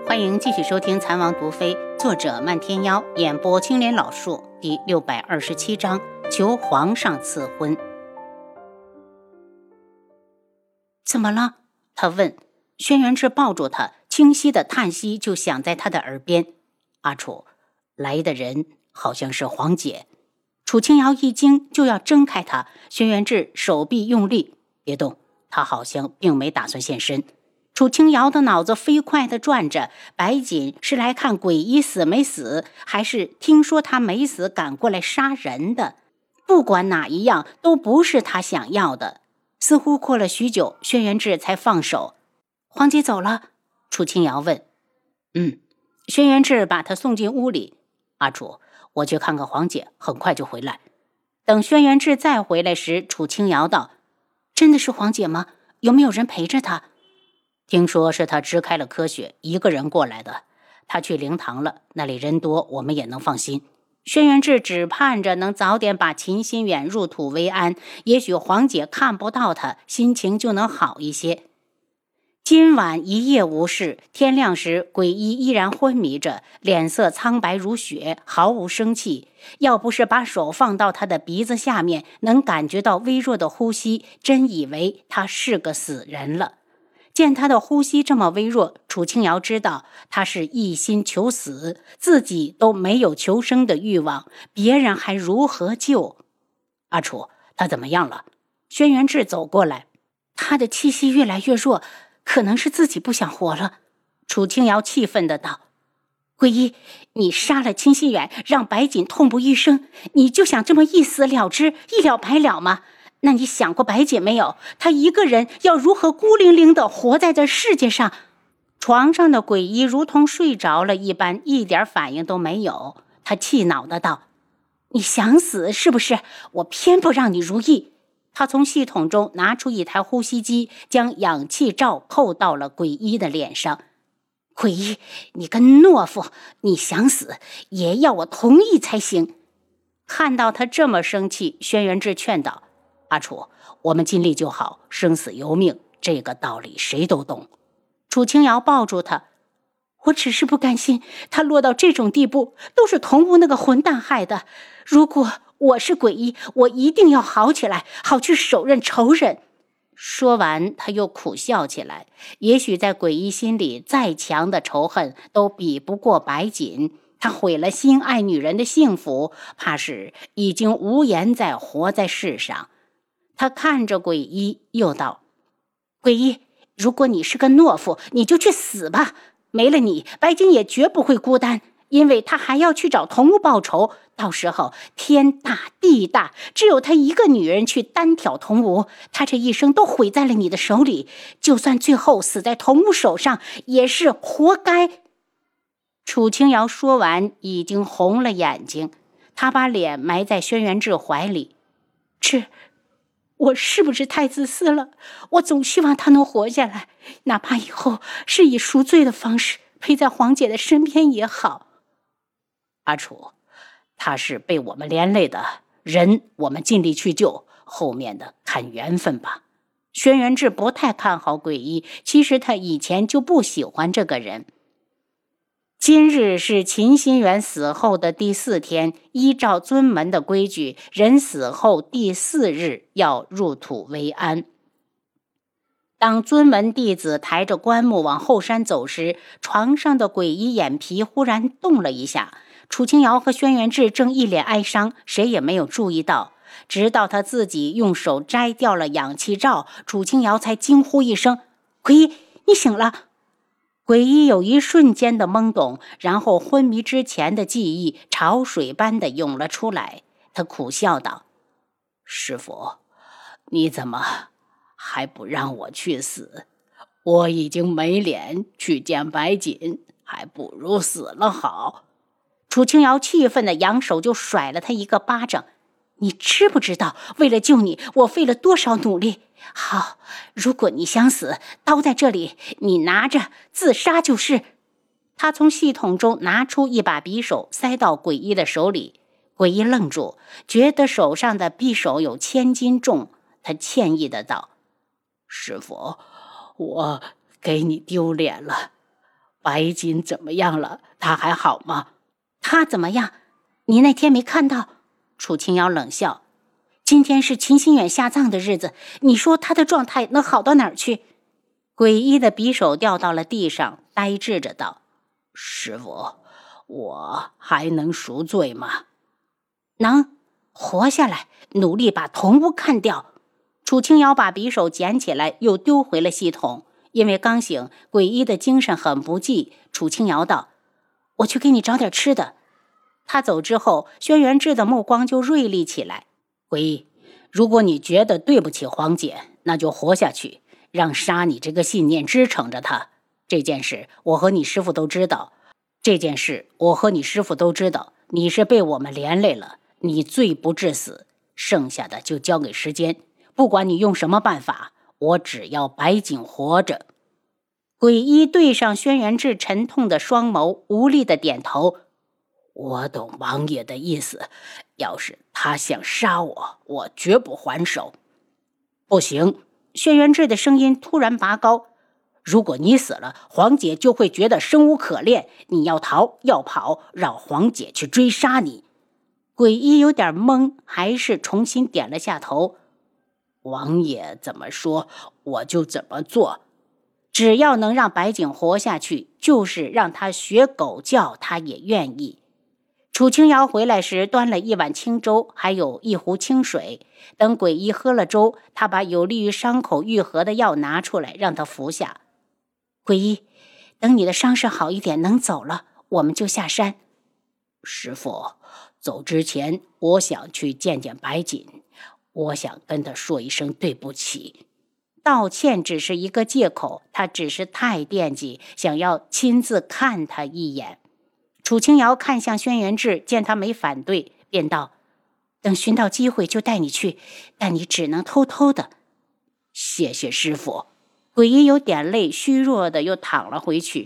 欢迎继续收听《残王毒妃》，作者漫天妖，演播青莲老树，第627章，求皇上赐婚。怎么了？他问。轩辕志抱住他，清晰的叹息就响在他的耳边。阿楚，来的人好像是皇姐。楚清瑶一惊，就要挣开他，轩辕志手臂用力，别动，他好像并没打算现身。楚清瑶的脑子飞快地转着，白锦是来看鬼医死没死，还是听说他没死赶过来杀人的？不管哪一样都不是他想要的。似乎过了许久，轩辕志才放手。皇姐走了？楚清瑶问。轩辕志把他送进屋里。阿楚，我去看看皇姐，很快就回来。等轩辕志再回来时，楚清瑶道：真的是皇姐吗？有没有人陪着她？听说是他支开了科学，一个人过来的。他去灵堂了，那里人多，我们也能放心。轩辕志只盼着能早点把秦心远入土为安，也许皇姐看不到他，心情就能好一些。今晚一夜无事，天亮时鬼医依然昏迷着，脸色苍白如雪，毫无生气。要不是把手放到他的鼻子下面，能感觉到微弱的呼吸，真以为他是个死人了。见他的呼吸这么微弱，楚清瑶知道他是一心求死，自己都没有求生的欲望，别人还如何救？阿楚，他怎么样了？轩辕志走过来，他的气息越来越弱，可能是自己不想活了。楚清瑶气愤地道：鬼医，你杀了秦心远，让白锦痛不欲生，你就想这么一死了之，一了百了吗？那你想过白姐没有？她一个人要如何孤零零地活在这世界上？床上的鬼医如同睡着了一般，一点反应都没有。他气恼地道：你想死是不是？我偏不让你如意。他从系统中拿出一台呼吸机，将氧气罩扣到了鬼医的脸上。鬼医，你个懦夫，你想死也要我同意才行。看到他这么生气，轩辕志劝导：阿楚，我们尽力就好，生死由命，这个道理谁都懂。楚清瑶抱住他：我只是不甘心他落到这种地步，都是童无那个混蛋害的。如果我是鬼医，我一定要好起来，好去手刃仇人。说完，他又苦笑起来。也许在鬼医心里，再强的仇恨都比不过白锦。他毁了心爱女人的幸福，怕是已经无颜再活在世上。他看着鬼医，又道：鬼医，如果你是个懦夫，你就去死吧。没了你，白锦也绝不会孤单，因为他还要去找童无报仇。到时候天大地大，只有他一个女人去单挑童无，他这一生都毁在了你的手里，就算最后死在童无手上，也是活该。楚清瑶说完，已经红了眼睛，他把脸埋在轩辕志怀里。我是不是太自私了？我总希望他能活下来，哪怕以后是以赎罪的方式陪在皇姐的身边也好。阿楚，他是被我们连累的人，我们尽力去救，后面的看缘分吧。轩辕志不太看好鬼医，其实他以前就不喜欢这个人。今日是秦心远死后的第4天，依照尊门的规矩，人死后第4日要入土为安。当尊门弟子抬着棺木往后山走时，床上的鬼医眼皮忽然动了一下。楚清瑶和轩辕志正一脸哀伤，谁也没有注意到。直到他自己用手摘掉了氧气罩，楚清瑶才惊呼一声：鬼医，你醒了！鬼医有一瞬间的懵懂，然后昏迷之前的记忆潮水般的涌了出来。他苦笑道：师父，你怎么还不让我去死？我已经没脸去见白锦，还不如死了好。楚清瑶气愤的扬手就甩了他一个巴掌：你知不知道为了救你，我费了多少努力？好，如果你想死，刀在这里，你拿着自杀就是。他从系统中拿出一把匕首，塞到鬼医的手里。鬼医愣住，觉得手上的匕首有1000斤重。他歉意的道：师父，我给你丢脸了， 白锦怎么样了？他还好吗？他怎么样？你那天没看到？楚清瑶冷笑。今天是秦心远下葬的日子，你说他的状态能好到哪儿去？诡异的匕首掉到了地上，呆滞着道：师傅，我还能赎罪吗？能，活下来，努力把铜乌看掉。楚清瑶把匕首捡起来，又丢回了系统。因为刚醒，诡异的精神很不济。楚清瑶道：我去给你找点吃的。他走之后，轩辕志的目光就锐利起来。诡异，如果你觉得对不起黄姐，那就活下去，让杀你这个信念支撑着他。这件事我和你师父都知道，你是被我们连累了，你罪不至死，剩下的就交给时间。不管你用什么办法，我只要白锦活着。诡异对上轩辕志沉痛的双眸，无力的点头。我懂王爷的意思，要是他想杀我，我绝不还手。不行，轩辕志的声音突然拔高。如果你死了，黄姐就会觉得生无可恋，你要逃要跑，让黄姐去追杀你。诡异有点懵，还是重新点了下头。王爷怎么说，我就怎么做。只要能让白景活下去，就是让他学狗叫，他也愿意。楚清瑶回来时端了一碗清粥，还有一壶清水。等诡异喝了粥，他把有利于伤口愈合的药拿出来，让他服下。诡异，等你的伤势好一点，能走了，我们就下山。师父，走之前，我想去见见白锦，我想跟他说一声对不起。道歉只是一个借口，他只是太惦记，想要亲自看他一眼。楚清瑶看向轩辕志，见他没反对，便道：等寻到机会就带你去，但你只能偷偷的。谢谢师父。诡异有点累，虚弱的又躺了回去。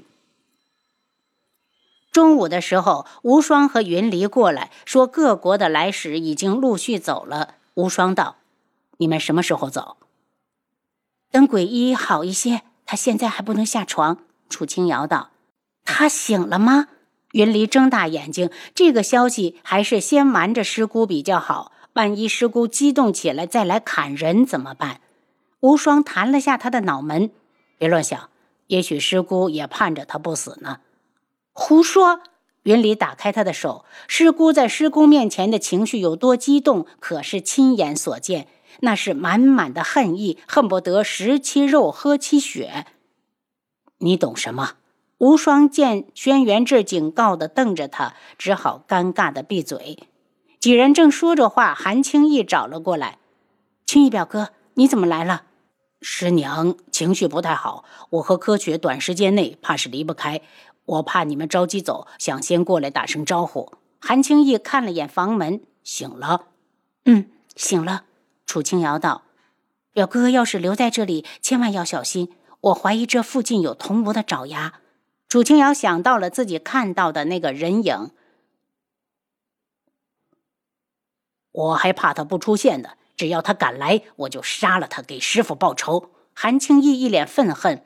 中午的时候，无双和云离过来，说各国的来使已经陆续走了。无双道：你们什么时候走？等诡异好一些，他现在还不能下床。楚清瑶道：他醒了吗？云离睁大眼睛，这个消息还是先瞒着师姑比较好，万一师姑激动起来再来砍人怎么办？无双弹了下他的脑门：别乱想，也许师姑也盼着他不死呢。胡说！云离打开他的手，师姑在师公面前的情绪有多激动，可是亲眼所见，那是满满的恨意，恨不得食其肉喝其血。你懂什么？无双见轩辕志警告地瞪着他，只好尴尬地闭嘴。几人正说着话，韩青义找了过来。青义表哥，你怎么来了？师娘情绪不太好，我和柯雪短时间内怕是离不开，我怕你们着急走，想先过来打声招呼。韩青义看了眼房门，醒了？醒了。楚清瑶道：表哥要是留在这里，千万要小心，我怀疑这附近有铜锣的爪牙。楚清瑶想到了自己看到的那个人影，我还怕他不出现呢，只要他敢来，我就杀了他，给师父报仇。韩青义一脸愤恨，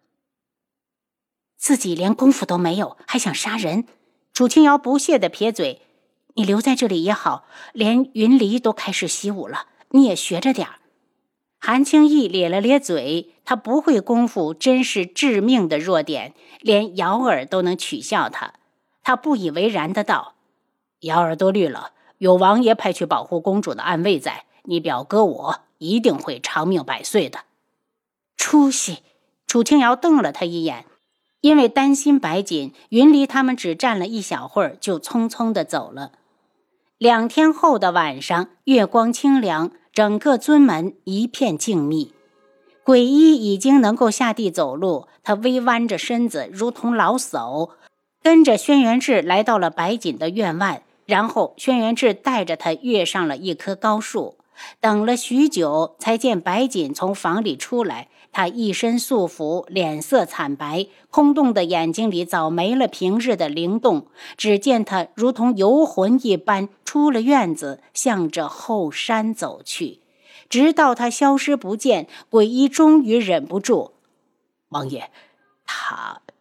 自己连功夫都没有，还想杀人。楚清瑶不屑地撇嘴：你留在这里也好，连云离都开始习武了，你也学着点儿。韩青义咧了咧嘴，他不会功夫真是致命的弱点，连瑶儿都能取笑他。他不以为然的道：瑶儿多虑了，有王爷派去保护公主的暗卫在，你表哥我一定会长命百岁的。出息！楚清瑶瞪了他一眼。因为担心白锦，云离他们只站了一小会儿，就匆匆地走了。2天后的晚上，月光清凉，整个尊门一片静谧。诡异已经能够下地走路，他微弯着身子，如同老叟，跟着轩辕志来到了白锦的院外，然后轩辕志带着他跃上了一棵高树。等了许久，才见白锦从房里出来，他一身素服，脸色惨白，空洞的眼睛里早没了平日的灵动。只见他如同游魂一般出了院子，向着后山走去。直到他消失不见，诡异终于忍不住：王爷，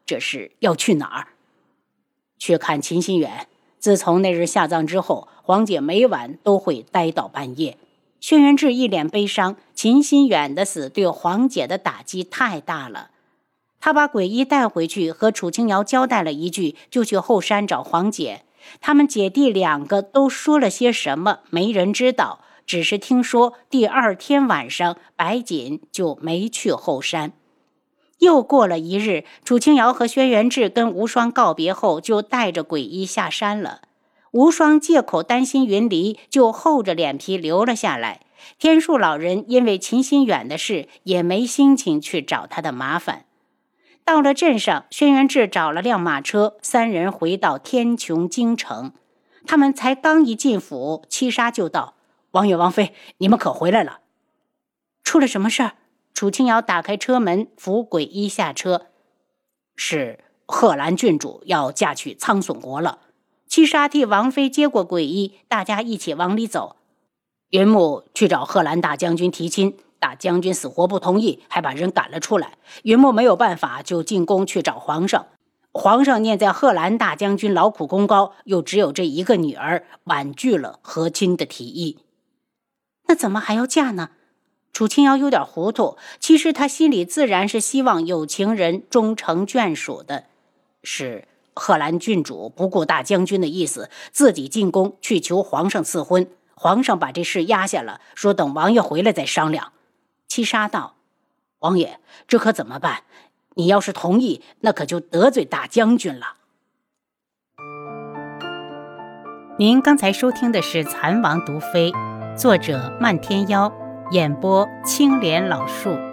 这是要去哪儿？去看秦心远。自从那日下葬之后，黄姐每晚都会待到半夜。轩辕志一脸悲伤，秦心远的死对黄姐的打击太大了。他把鬼医带回去，和楚清瑶交代了一句，就去后山找黄姐。他们姐弟两个都说了些什么，没人知道，只是听说第二天晚上白锦就没去后山。又过了一日，楚清瑶和轩辕志跟无双告别后，就带着鬼医下山了。无双借口担心云离，就厚着脸皮留了下来。天树老人因为秦心远的事，也没心情去找他的麻烦。到了镇上，轩辕志找了辆马车，三人回到天穹京城。他们才刚一进府，七杀就道：“王爷王妃，你们可回来了。”出了什么事儿？楚清瑶打开车门，扶鬼医下车。是贺兰郡主要嫁去苍隼国了。七杀替王妃接过鬼医，大家一起往里走。云木去找贺兰大将军提亲，大将军死活不同意，还把人赶了出来。云木没有办法，就进宫去找皇上。皇上念在贺兰大将军劳苦功高，又只有这一个女儿，婉拒了和亲的提议。那怎么还要嫁呢？楚清瑶有点糊涂，其实她心里自然是希望有情人终成眷属的。是贺兰郡主不顾大将军的意思，自己进宫去求皇上赐婚，皇上把这事压下了，说等王爷回来再商量。七杀道：“王爷，这可怎么办？你要是同意，那可就得罪大将军了。”您刚才收听的是《蚕王毒妃》，作者漫天妖，演播青莲老树。